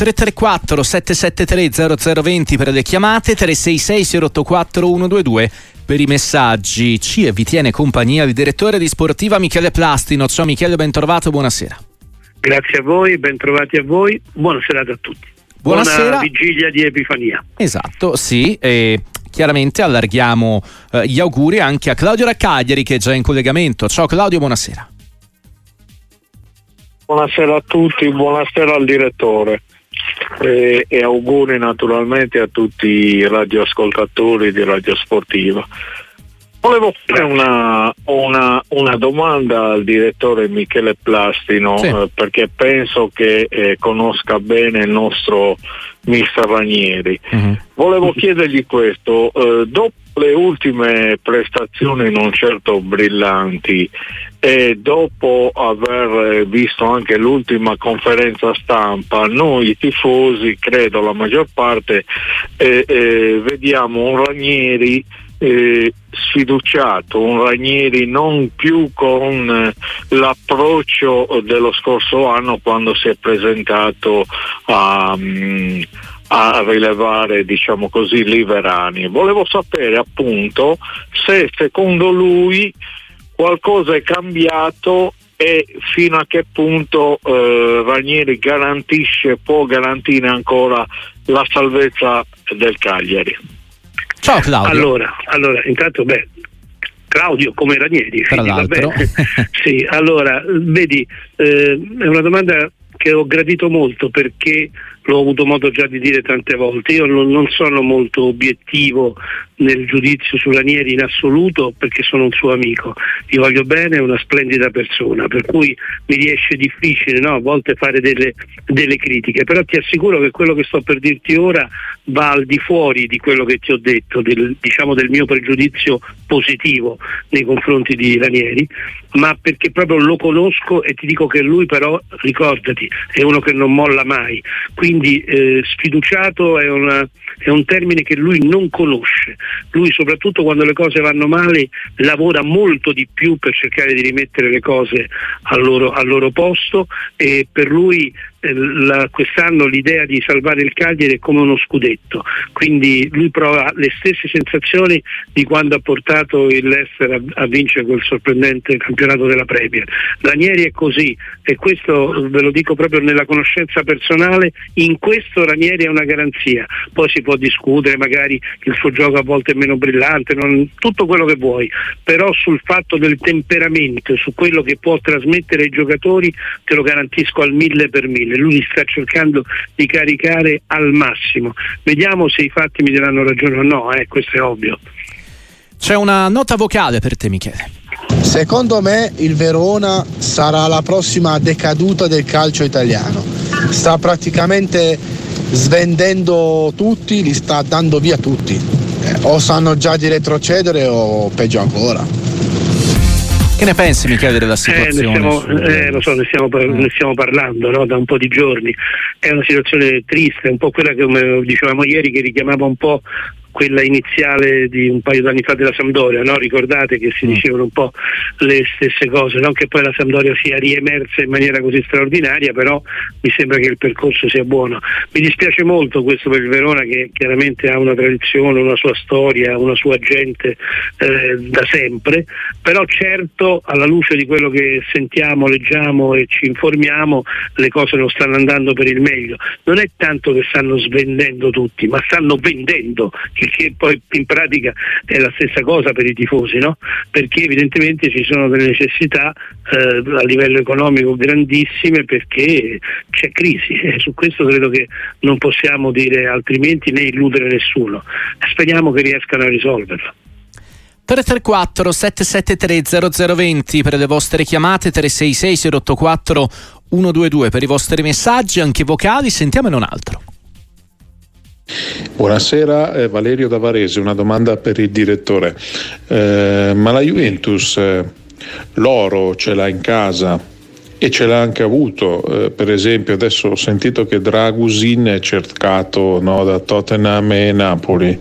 334 773 0020 per le chiamate, 366 084 122 per i messaggi. Vi tiene compagnia il direttore di Sportiva Michele Plastino. Ciao Michele, ben trovato, buonasera. Grazie a voi, ben trovati a voi, buona serata a tutti. Buonasera. Buona vigilia di Epifania. Esatto, sì, e chiaramente allarghiamo gli auguri anche a Claudio Raccagliari che è già in collegamento. Ciao Claudio, buonasera. Buonasera a tutti, buonasera al direttore e auguri naturalmente a tutti i radioascoltatori di Radio Sportiva. Volevo fare una domanda al direttore Michele Plastino, sì. Perché penso che conosca bene il nostro mister Ranieri. Volevo chiedergli questo, dopo le ultime prestazioni non certo brillanti e dopo aver visto anche l'ultima conferenza stampa, noi tifosi, credo la maggior parte, vediamo un Ranieri sfiduciato, un Ranieri non più con l'approccio dello scorso anno quando si è presentato a rilevare, diciamo così, Liverani. Volevo sapere appunto se secondo lui qualcosa è cambiato e fino a che punto Ranieri può garantire ancora la salvezza del Cagliari. Ciao Claudio. Allora intanto Claudio come Ranieri, tra l'altro. Sì, allora vedi, è una domanda che ho gradito molto perché l'ho avuto modo già di dire tante volte. Io non sono molto obiettivo nel giudizio su Ranieri in assoluto perché sono un suo amico, gli voglio bene, è una splendida persona, per cui mi riesce difficile, no, a volte fare delle critiche, però ti assicuro che quello che sto per dirti ora va al di fuori di quello che ti ho detto, del mio pregiudizio positivo nei confronti di Ranieri, ma perché proprio lo conosco e ti dico che lui però, ricordati, è uno che non molla mai, quindi sfiduciato è un termine che lui non conosce. Lui, soprattutto quando le cose vanno male, lavora molto di più per cercare di rimettere le cose al loro posto, e per lui quest'anno l'idea di salvare il Cagliari è come uno scudetto, quindi lui prova le stesse sensazioni di quando ha portato il Leicester a vincere quel sorprendente campionato della Premier. Ranieri è così, e questo ve lo dico proprio nella conoscenza personale. In questo Ranieri è una garanzia. Poi si può discutere, magari il suo gioco a volte è meno brillante, tutto quello che vuoi, però sul fatto del temperamento, su quello che può trasmettere ai giocatori, te lo garantisco al 1000%. Lui li sta cercando di caricare al massimo. Vediamo se i fatti mi daranno ragione o no, questo è ovvio. C'è una nota vocale per te, Michele. Secondo me il Verona sarà la prossima decaduta del calcio italiano. Sta praticamente svendendo tutti, li sta dando via tutti. O sanno già di retrocedere o peggio ancora. Che ne pensi, Michele, della situazione? Lo so, ne stiamo parlando, no? Da un po' di giorni. È una situazione triste, un po' quella che, come dicevamo ieri, che richiamava un po' quella iniziale di un paio d'anni fa della Sampdoria, no? Ricordate che si dicevano un po' le stesse cose, non che poi la Sampdoria sia riemersa in maniera così straordinaria, però mi sembra che il percorso sia buono. Mi dispiace molto questo per il Verona, che chiaramente ha una tradizione, una sua storia, una sua gente da sempre, però certo alla luce di quello che sentiamo, leggiamo e ci informiamo, le cose non stanno andando per il meglio. Non è tanto che stanno svendendo tutti, ma stanno vendendo, che poi in pratica è la stessa cosa per i tifosi, no? Perché evidentemente ci sono delle necessità a livello economico grandissime, perché c'è crisi, e su questo credo che non possiamo dire altrimenti né illudere nessuno. Speriamo che riescano a risolverlo. 334 773 0020 per le vostre chiamate, 366 084 122 per i vostri messaggi anche vocali. Sentiamone un altro. Buonasera, Valerio da Varese, una domanda per il direttore. Ma la Juventus l'oro ce l'ha in casa e ce l'ha anche avuto, per esempio adesso ho sentito che Dragusin è cercato, no, da Tottenham e Napoli,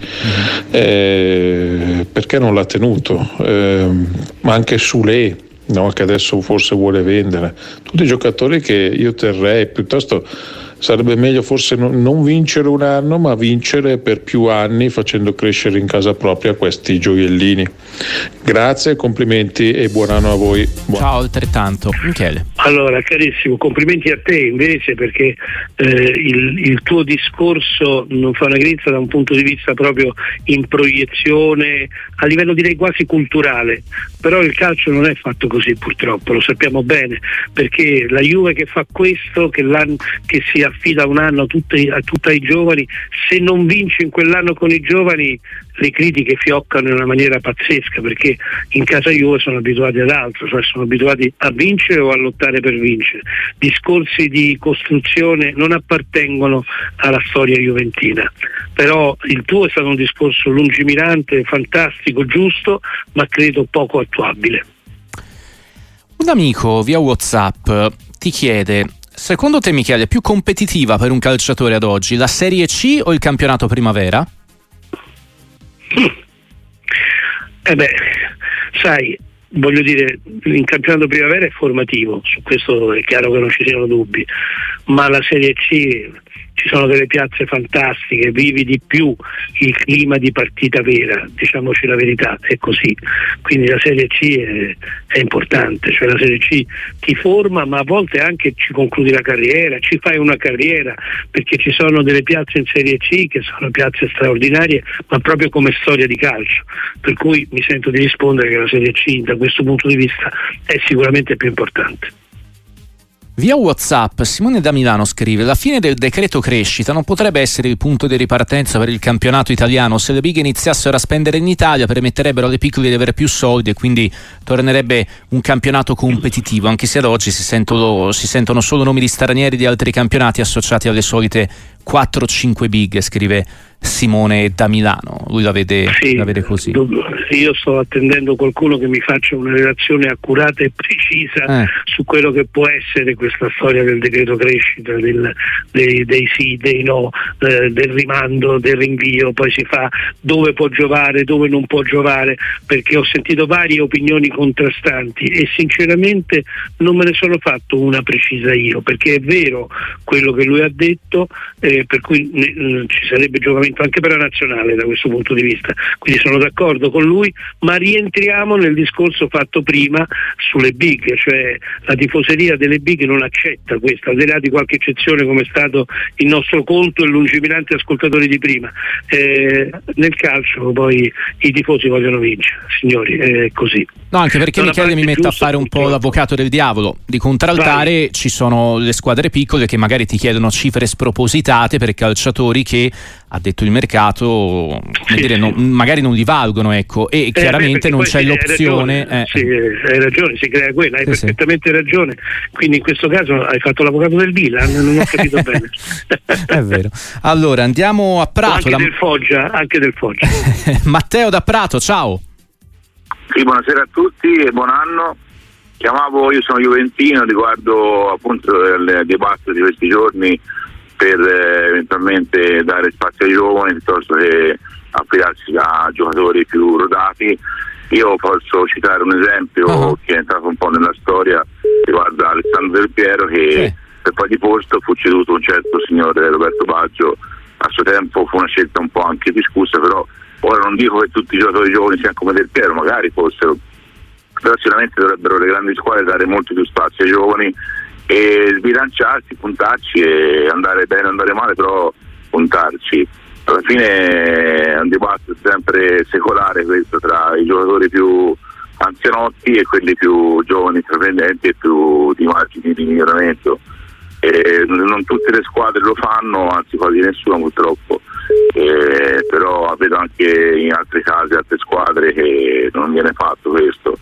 perché non l'ha tenuto? Ma anche Sule, no, che adesso forse vuole vendere, tutti i giocatori che io terrei piuttosto Sarebbe meglio forse non vincere un anno, ma vincere per più anni, facendo crescere in casa propria questi gioiellini. Grazie, complimenti e buon anno a voi. Ciao, altrettanto. Michele. Allora, carissimo, complimenti a te invece, perché il tuo discorso non fa una grinza da un punto di vista proprio in proiezione, a livello direi quasi culturale, però il calcio non è fatto così, purtroppo, lo sappiamo bene, perché la Juve che fa questo, che si affida un anno a tutti i giovani, se non vince in quell'anno con i giovani le critiche fioccano in una maniera pazzesca, perché in casa Juve sono abituati ad altro, cioè sono abituati a vincere o a lottare per vincere. Discorsi di costruzione non appartengono alla storia juventina, però il tuo è stato un discorso lungimirante, fantastico, giusto, ma credo poco attuabile. Un amico via WhatsApp ti chiede: secondo te, Michele, è più competitiva per un calciatore ad oggi la Serie C o il campionato primavera? Sai, voglio dire, il campionato primavera è formativo, su questo è chiaro che non ci siano dubbi, ma la Serie C ci sono delle piazze fantastiche, vivi di più il clima di partita vera, diciamoci la verità, è così. Quindi la Serie C è importante, cioè la Serie C ti forma, ma a volte anche ci concludi la carriera, ci fai una carriera, perché ci sono delle piazze in Serie C che sono piazze straordinarie, ma proprio come storia di calcio, per cui mi sento di rispondere che la Serie C da questo punto di vista è sicuramente più importante. Via WhatsApp Simone da Milano scrive: la fine del decreto crescita non potrebbe essere il punto di ripartenza per il campionato italiano. Se le big iniziassero a spendere in Italia, permetterebbe alle piccole di avere più soldi e quindi tornerebbe un campionato competitivo, anche se ad oggi si sentono solo nomi di stranieri di altri campionati associati alle solite 4-5 big, scrive Simone da Milano. Lui la vede così. Io sto attendendo qualcuno che mi faccia una relazione accurata e precisa su quello che può essere questa storia del decreto crescita, dei sì, dei no, del rimando, del rinvio, poi si fa dove può giovare, dove non può giovare, perché ho sentito varie opinioni contrastanti e sinceramente non me ne sono fatto una precisa io, perché è vero quello che lui ha detto, per cui ci sarebbe giovamento anche per la nazionale da questo punto di vista, quindi sono d'accordo con lui, ma rientriamo nel discorso fatto prima sulle big, cioè la tifoseria delle big non accetta questo, al di là di qualche eccezione come è stato il nostro conto e lungimirante ascoltatori di prima. Nel calcio poi i tifosi vogliono vincere, signori, è così. No, anche perché Michele mi mette a fare un po' l'avvocato del diavolo. Di contraltare ci sono le squadre piccole che magari ti chiedono cifre spropositate per calciatori che, ha detto il mercato, magari non li valgono, ecco, e chiaramente non c'è l'opzione. Hai ragione, si crea quella, hai perfettamente ragione. Quindi in questo caso hai fatto l'avvocato del Milan, non ho capito bene. È vero. Allora andiamo a Prato. Anche del Foggia. Matteo da Prato, ciao. Sì, buonasera a tutti e buon anno. Io sono juventino, riguardo appunto il dibattito di questi giorni per eventualmente dare spazio ai giovani piuttosto che affidarsi a giocatori più rodati. Io posso citare un esempio che è entrato un po' nella storia, riguarda Alessandro Del Piero, che per poi di posto fu ceduto un certo signore Roberto Baggio. A suo tempo fu una scelta un po' anche discussa, però ora non dico che tutti i giocatori giovani siano come Del Piero, magari fossero, però sicuramente dovrebbero le grandi squadre dare molto più spazio ai giovani e sbilanciarsi, puntarci e andare bene, andare male, però puntarci. Alla fine è un dibattito sempre secolare questo tra i giocatori più anzianotti e quelli più giovani, intraprendenti e più di margini di miglioramento. Non tutte le squadre lo fanno, anzi quasi nessuna purtroppo, però vedo anche in altri casi, altre squadre che non viene fatto questo.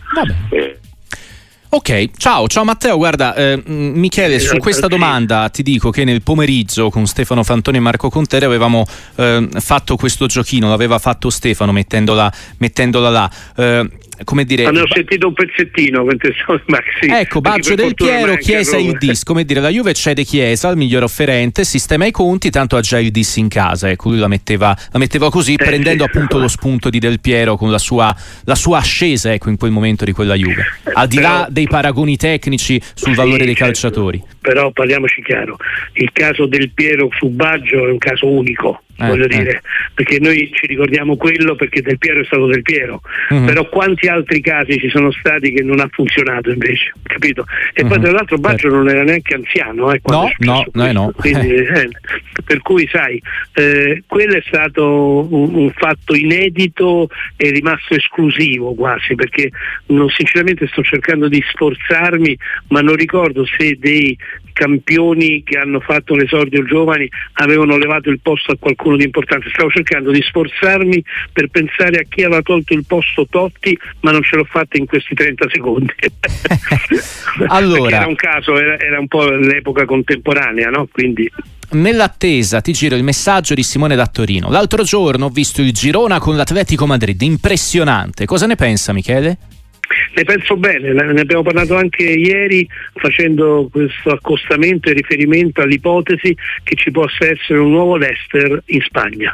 Ok, ciao Matteo, guarda, Michele, su questa domanda ti dico che nel pomeriggio con Stefano Fantoni e Marco Conteri avevamo fatto questo giochino, l'aveva fatto Stefano mettendola là. Come dire, ne ho sentito un pezzettino, Maxi. Ecco, Baggio Del Piero, Chiesa il dis, come dire, la Juve cede Chiesa, il miglior offerente, sistema i conti, tanto ha già il dis in casa, ecco, lui la metteva così, prendendo appunto lo spunto di Del Piero con la sua ascesa, ecco, in quel momento di quella Juve. Al di là dei paragoni tecnici sul valore dei calciatori. Però parliamoci chiaro, il caso Del Piero su Baggio è un caso unico, voglio dire, perché noi ci ricordiamo quello perché Del Piero è stato Del Piero, però quanti altri casi ci sono stati che non ha funzionato invece, capito? E poi tra l'altro Baggio non era neanche anziano no. Quindi, per cui sai, quello è stato un fatto inedito e rimasto esclusivo quasi, perché sinceramente sto cercando di sforzarmi, ma non ricordo se dei campioni che hanno fatto l'esordio giovani avevano levato il posto a qualcuno di importante. Stavo cercando di sforzarmi per pensare a chi aveva tolto il posto Totti, ma non ce l'ho fatta in questi 30 secondi. Allora, era un caso, era un po' l'epoca contemporanea, no? Quindi nell'attesa ti giro il messaggio di Simone da Torino. L'altro giorno ho visto il Girona con l'Atletico Madrid, impressionante. Cosa ne pensa, Michele? Ne penso bene, ne abbiamo parlato anche ieri facendo questo accostamento e riferimento all'ipotesi che ci possa essere un nuovo Leicester in Spagna.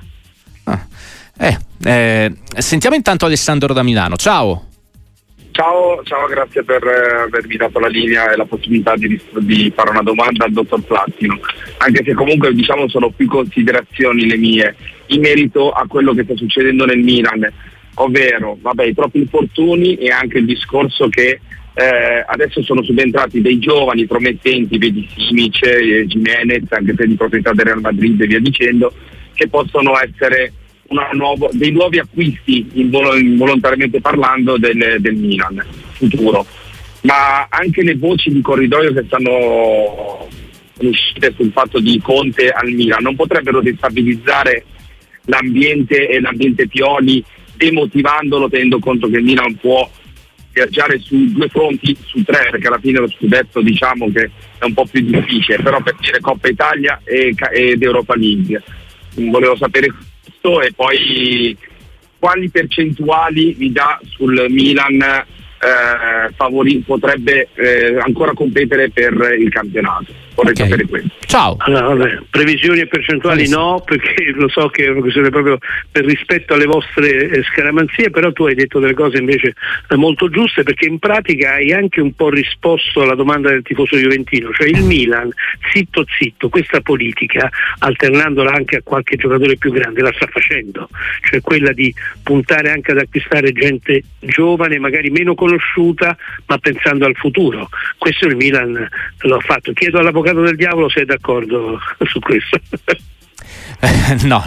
Sentiamo intanto Alessandro da Milano. Ciao, grazie per avermi dato la linea e la possibilità di fare una domanda al dottor Plastino, anche se comunque sono più considerazioni le mie in merito a quello che sta succedendo nel Milan, ovvero i troppi infortuni e anche il discorso che adesso sono subentrati dei giovani promettenti, vedi Simic e Gimenez, anche se di proprietà del Real Madrid e via dicendo, che possono essere dei nuovi acquisti involontariamente parlando del Milan futuro. Ma anche le voci di corridoio che stanno uscite sul fatto di Conte al Milan non potrebbero destabilizzare l'ambiente e l'ambiente Pioli, demotivandolo, tenendo conto che il Milan può viaggiare su 2 fronti su 3, perché alla fine lo scudetto che è un po' più difficile, però per dire Coppa Italia ed Europa League. Volevo sapere questo, e poi quali percentuali vi dà sul Milan potrebbe ancora competere per il campionato. Vorrei sapere questo. Ciao. Allora, previsioni e percentuali no, perché lo so che è una questione proprio per rispetto alle vostre scaramanzie, però tu hai detto delle cose invece molto giuste, perché in pratica hai anche un po' risposto alla domanda del tifoso juventino, cioè il Milan zitto questa politica, alternandola anche a qualche giocatore più grande, la sta facendo, cioè quella di puntare anche ad acquistare gente giovane, magari meno conosciuta, ma pensando al futuro. Questo il Milan lo ha fatto. Chiedo all'avvocato del diavolo se è d'accordo su questo. No.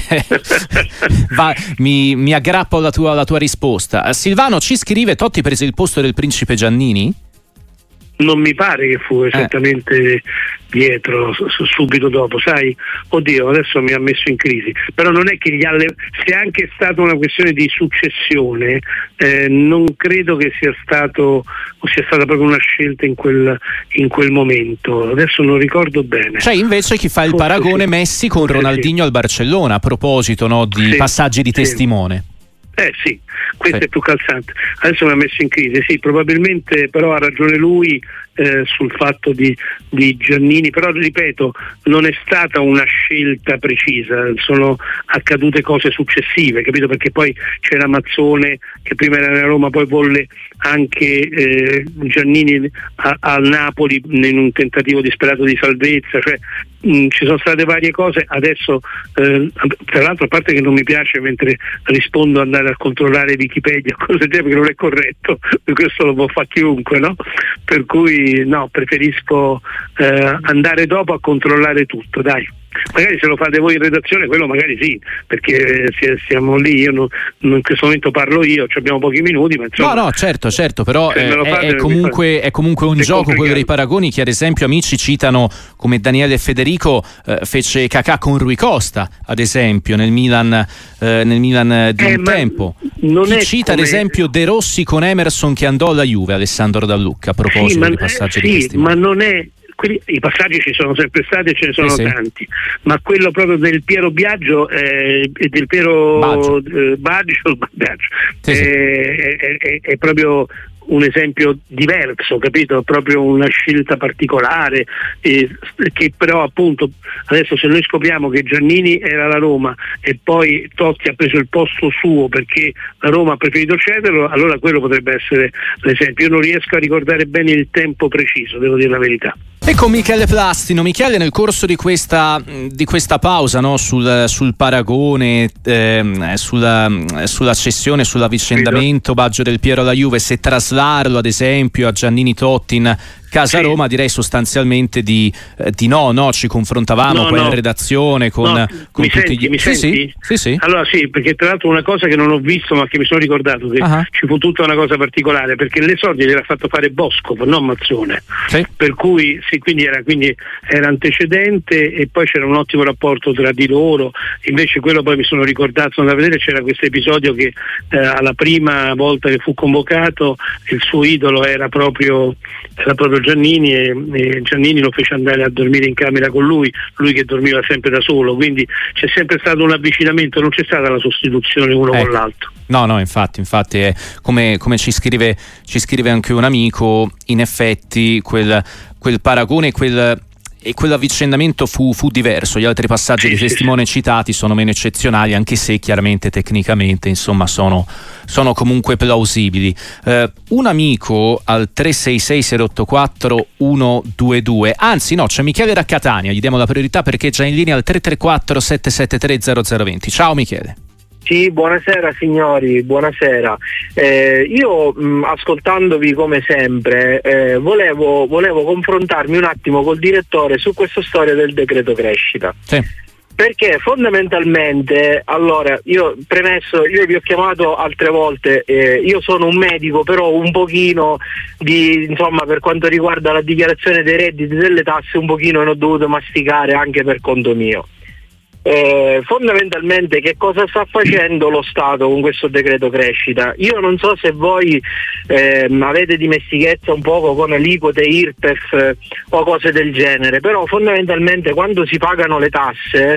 Mi aggrappo alla tua risposta. Silvano ci scrive: Totti prese il posto del principe Giannini? Non mi pare che fu esattamente dietro, subito dopo, sai? Oddio, adesso mi ha messo in crisi. Però non è che se è anche stata una questione di successione, non credo che sia stata proprio una scelta in quel momento. Adesso non ricordo bene. C'è invece chi fa il paragone Messi con Ronaldinho al Barcellona, a proposito di passaggi di testimone. Sì, questo è più calzante. Adesso mi ha messo in crisi, sì, probabilmente, però ha ragione lui sul fatto di Giannini, però ripeto, non è stata una scelta precisa, sono accadute cose successive, capito? Perché poi c'era Mazzone che prima era a Roma, poi volle anche Giannini al Napoli in un tentativo disperato di salvezza, cioè ci sono state varie cose. Adesso tra l'altro, a parte che non mi piace mentre rispondo andare a controllare Wikipedia, cose perché non è corretto, questo lo può fare chiunque, no? Per cui no, preferisco andare dopo a controllare tutto, dai. Magari se lo fate voi in redazione, quello magari sì, perché siamo lì, io in questo momento parlo io, abbiamo pochi minuti, ma insomma. No, certo, però è comunque un gioco quello dei paragoni, che ad esempio amici citano come Daniele e Federico, fece Kakà con Rui Costa, ad esempio, nel Milan di un tempo. Chi cita ad esempio De Rossi con Emerson che andò alla Juve, Alessandro Dallucca, a proposito di passaggi di testimone. Ma non è. I passaggi ci sono sempre stati e ce ne sono tanti, ma quello proprio del Piero Biagio e del Piero Baggio è proprio un esempio diverso, capito? Proprio una scelta particolare, che però appunto adesso se noi scopriamo che Giannini era la Roma e poi Totti ha preso il posto suo perché la Roma ha preferito cederlo, allora quello potrebbe essere l'esempio. Io non riesco a ricordare bene il tempo preciso, devo dire la verità. E con Michele Plastino. Michele, nel corso di questa pausa, no, sul paragone, sulla cessione, sull'avvicendamento Baggio Del Piero alla Juve, se traslarlo ad esempio a Giannini Totti in casa Roma, direi sostanzialmente di no, ci confrontavamo in redazione con tutti mi senti? Sì. Allora sì, perché tra l'altro una cosa che non ho visto ma che mi sono ricordato che ci fu tutta una cosa particolare, perché l'esordio gliel'ha fatto fare Bosco, non Mazzone, per cui quindi era antecedente e poi c'era un ottimo rapporto tra di loro. Invece quello poi mi sono ricordato da vedere, c'era questo episodio che alla prima volta che fu convocato il suo idolo era proprio Giannini e Giannini lo fece andare a dormire in camera con lui che dormiva sempre da solo, quindi c'è sempre stato un avvicinamento, non c'è stata la sostituzione uno con l'altro. No, infatti come ci scrive anche un amico, in effetti quel paragone e quell'avvicendamento fu diverso. Gli altri passaggi di testimone citati sono meno eccezionali, anche se chiaramente tecnicamente insomma sono comunque plausibili. Un amico al 366-084-122, anzi no, c'è Michele da Catania, gli diamo la priorità perché è già in linea al 334-773-0020. Ciao Michele. Sì, buonasera signori, buonasera. Io ascoltandovi come sempre volevo confrontarmi un attimo col direttore su questa storia del decreto crescita. Sì. Perché fondamentalmente, allora, io vi ho chiamato altre volte, io sono un medico, però un pochino per quanto riguarda la dichiarazione dei redditi delle tasse, un pochino ne ho dovuto masticare anche per conto mio. Fondamentalmente che cosa sta facendo lo Stato con questo decreto crescita? Io non so se voi avete dimestichezza un poco con aliquote IRPEF o cose del genere, però fondamentalmente quando si pagano le tasse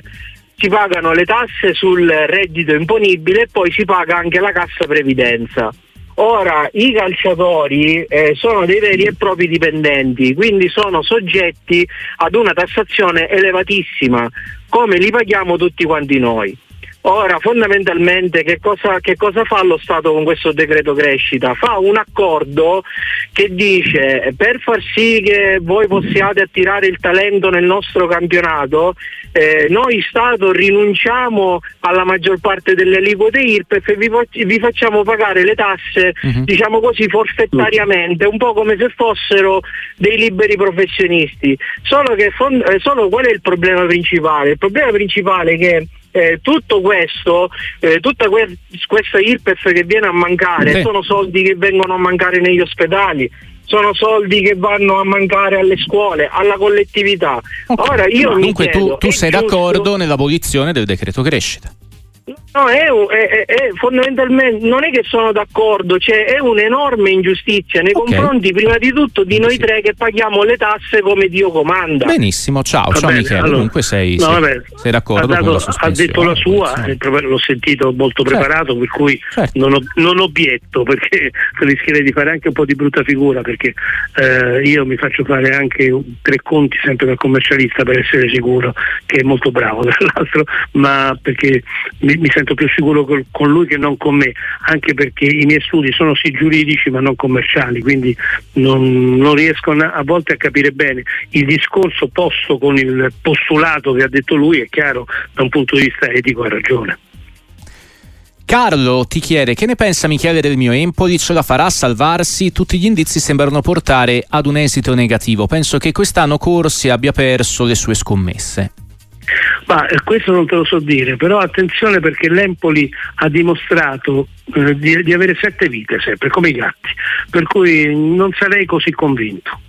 sul reddito imponibile e poi si paga anche la cassa previdenza. Ora i calciatori sono dei veri e propri dipendenti, quindi sono soggetti ad una tassazione elevatissima, come li paghiamo tutti quanti noi. Ora fondamentalmente che cosa fa lo Stato con questo decreto crescita? Fa un accordo che dice: per far sì che voi possiate attirare il talento nel nostro campionato, noi Stato rinunciamo alla maggior parte delle aliquote IRPEF e vi facciamo pagare le tasse, diciamo così, forfettariamente, un po' come se fossero dei liberi professionisti. Solo qual è il problema principale? Il problema principale è che tutto questo, tutta questa IRPEF che viene a mancare, sono soldi che vengono a mancare negli ospedali, sono soldi che vanno a mancare alle scuole, alla collettività. Ora io dunque tu sei d'accordo nell'abolizione del decreto crescita? No, è fondamentalmente non è che sono d'accordo, è un'enorme ingiustizia nei confronti prima di tutto di noi tre che paghiamo le tasse come Dio comanda. Benissimo, ciao Michele, allora, comunque sei d'accordo con la sospensione. Ha detto la sua, l'ho sentito molto preparato, per cui non obietto, perché rischierei di fare anche un po' di brutta figura, perché io mi faccio fare anche 3 conti sempre dal commercialista per essere sicuro, che è molto bravo tra l'altro, ma perché mi sento più sicuro con lui che non con me, anche perché i miei studi sono sì giuridici ma non commerciali, quindi non riesco a volte a capire bene il discorso posto con il postulato che ha detto lui. È chiaro, da un punto di vista etico ha ragione. Carlo ti chiede: che ne pensa Michele del mio Empoli? Ce la farà a salvarsi? Tutti gli indizi sembrano portare ad un esito negativo. Penso che quest'anno Corsi abbia perso le sue scommesse. Ma questo non te lo so dire, però attenzione, perché l'Empoli ha dimostrato di avere 7 vite sempre, come i gatti, per cui non sarei così convinto.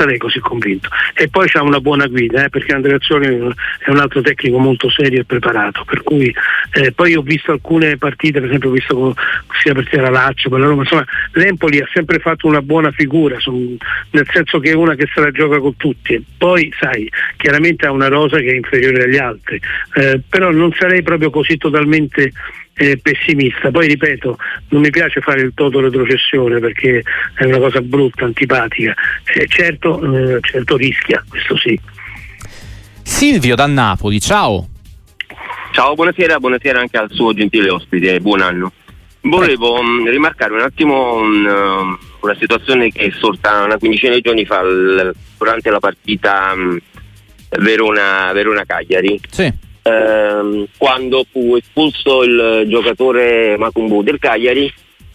E poi c'ha una buona guida, perché Andrea Azzoli è un altro tecnico molto serio e preparato, per cui poi ho visto alcune partite, per esempio ho visto sia per la Lazio, per la Roma, insomma l'Empoli ha sempre fatto una buona figura, nel senso che è una che se la gioca con tutti, e poi sai, chiaramente ha una rosa che è inferiore agli altri, però non sarei proprio così totalmente pessimista. Poi ripeto, non mi piace fare il toto retrocessione perché è una cosa brutta, antipatica. Certo rischia, questo sì. Silvio da Napoli, ciao. Ciao, buonasera anche al suo gentile ospite, buon anno. Volevo rimarcare un attimo una situazione che è sorta una quindicina di giorni fa durante la partita Verona-Cagliari. Sì. Quando fu espulso il giocatore Makumbu del Cagliari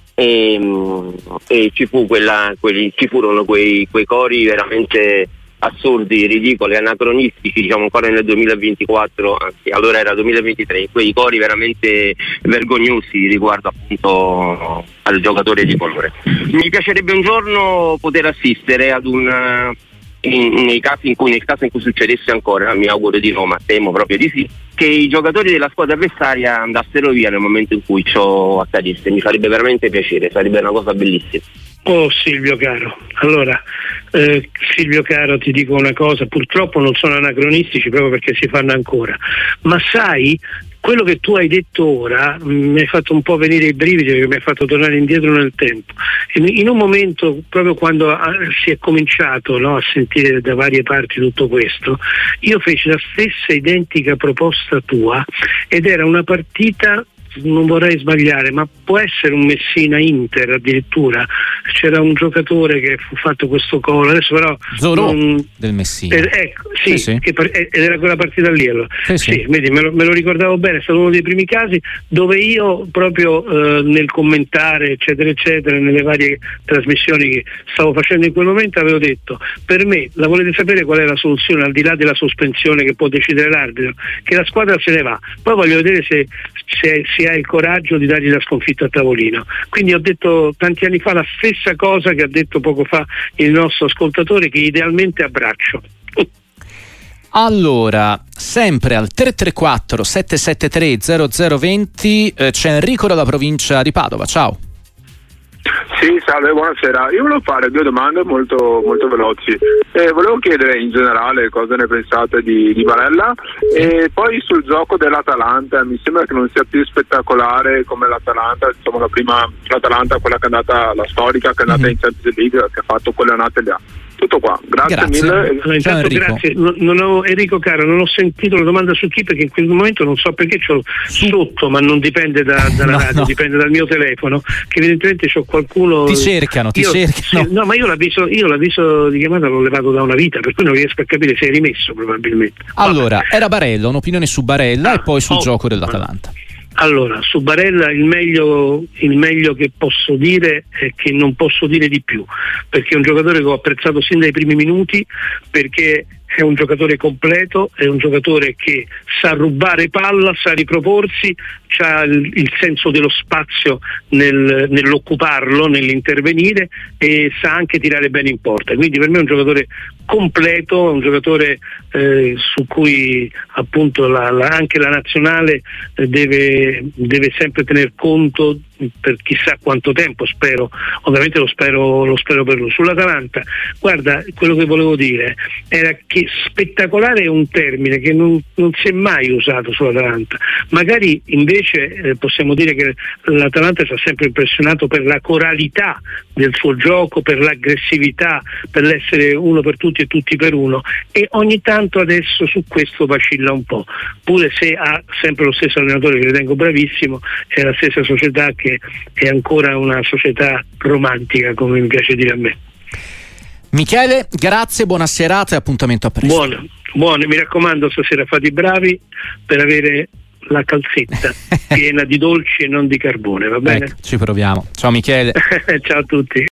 e ci furono quei cori veramente assurdi, ridicoli, anacronistici, diciamo ancora nel 2024, anzi allora era 2023, quei cori veramente vergognosi riguardo appunto al giocatore di colore. Mi piacerebbe un giorno poter assistere ad nel caso in cui succedesse ancora, mi auguro di no, ma temo proprio di sì, che i giocatori della squadra avversaria andassero via nel momento in cui ciò accadesse. Mi farebbe veramente piacere, sarebbe una cosa bellissima. Oh Silvio caro, allora Silvio caro, ti dico una cosa, purtroppo non sono anacronistici proprio perché si fanno ancora, ma sai, quello che tu hai detto ora mi hai fatto un po' venire i brividi, perché mi hai fatto tornare indietro nel tempo. In un momento, proprio quando si è cominciato, no, a sentire da varie parti tutto questo, io feci la stessa identica proposta tua ed era una partita, non vorrei sbagliare, ma può essere un Messina-Inter addirittura. C'era un giocatore che fu fatto questo gol, adesso però Zorò del Messina. Ecco, sì. Ed era quella partita lì allora. Sì. Vedi, me lo ricordavo bene, è stato uno dei primi casi dove io proprio nel commentare eccetera eccetera, nelle varie trasmissioni che stavo facendo in quel momento, avevo detto: per me, la volete sapere qual è la soluzione al di là della sospensione che può decidere l'arbitro? Che la squadra se ne va, poi voglio vedere se si ha il coraggio di dargli la sconfitta a tavolino. Quindi ho detto tanti anni fa la stessa cosa che ha detto poco fa il nostro ascoltatore, che idealmente abbraccio. Allora, sempre al 334 773 0020 c'è Enrico dalla provincia di Padova, ciao. Sì, salve, buonasera. Io volevo fare due domande molto, molto veloci. Volevo chiedere in generale cosa ne pensate di Barella, e poi sul gioco dell'Atalanta. Mi sembra che non sia più spettacolare come l'Atalanta, insomma l'Atalanta, quella che è andata, la storica, che è andata in Champions League, che ha fatto quelle annate là. Tutto qua, grazie mille. Intanto, grazie. Enrico caro, non ho sentito la domanda su chi, perché in quel momento non so perché c'ho sotto, ma non dipende dalla radio, dipende dal mio telefono, che evidentemente c'ho qualcuno. Ti cercano. Sì, no, ma io l'avviso di chiamata l'ho levato da una vita, per cui non riesco a capire se è rimesso probabilmente. Allora, era Barella, un'opinione su Barella e poi sul gioco dell'Atalanta. Allora, su Barella il meglio che posso dire è che non posso dire di più, perché è un giocatore che ho apprezzato sin dai primi minuti, perché è un giocatore completo, è un giocatore che sa rubare palla, sa riproporsi, ha il senso dello spazio nell'occuparlo, nell'intervenire, e sa anche tirare bene in porta. Quindi per me è un giocatore completo, un giocatore su cui appunto anche la nazionale deve sempre tener conto per chissà quanto tempo, spero, ovviamente lo spero per lui. Sull'Atalanta, guarda, quello che volevo dire era che spettacolare è un termine che non si è mai usato sull'Atalanta. Magari invece possiamo dire che l'Atalanta ci ha sempre impressionato per la coralità del suo gioco, per l'aggressività, per l'essere uno per tutti e tutti per uno, e ogni tanto adesso su questo vacilla un po', pure se ha sempre lo stesso allenatore che ritengo bravissimo, è la stessa società che è ancora una società romantica, come mi piace dire a me. Michele, grazie, buona serata e appuntamento a presto. Buone, mi raccomando, stasera fate i bravi per avere la calzetta piena di dolci e non di carbone, va bene? Ecco, ci proviamo. Ciao Michele. Ciao a tutti.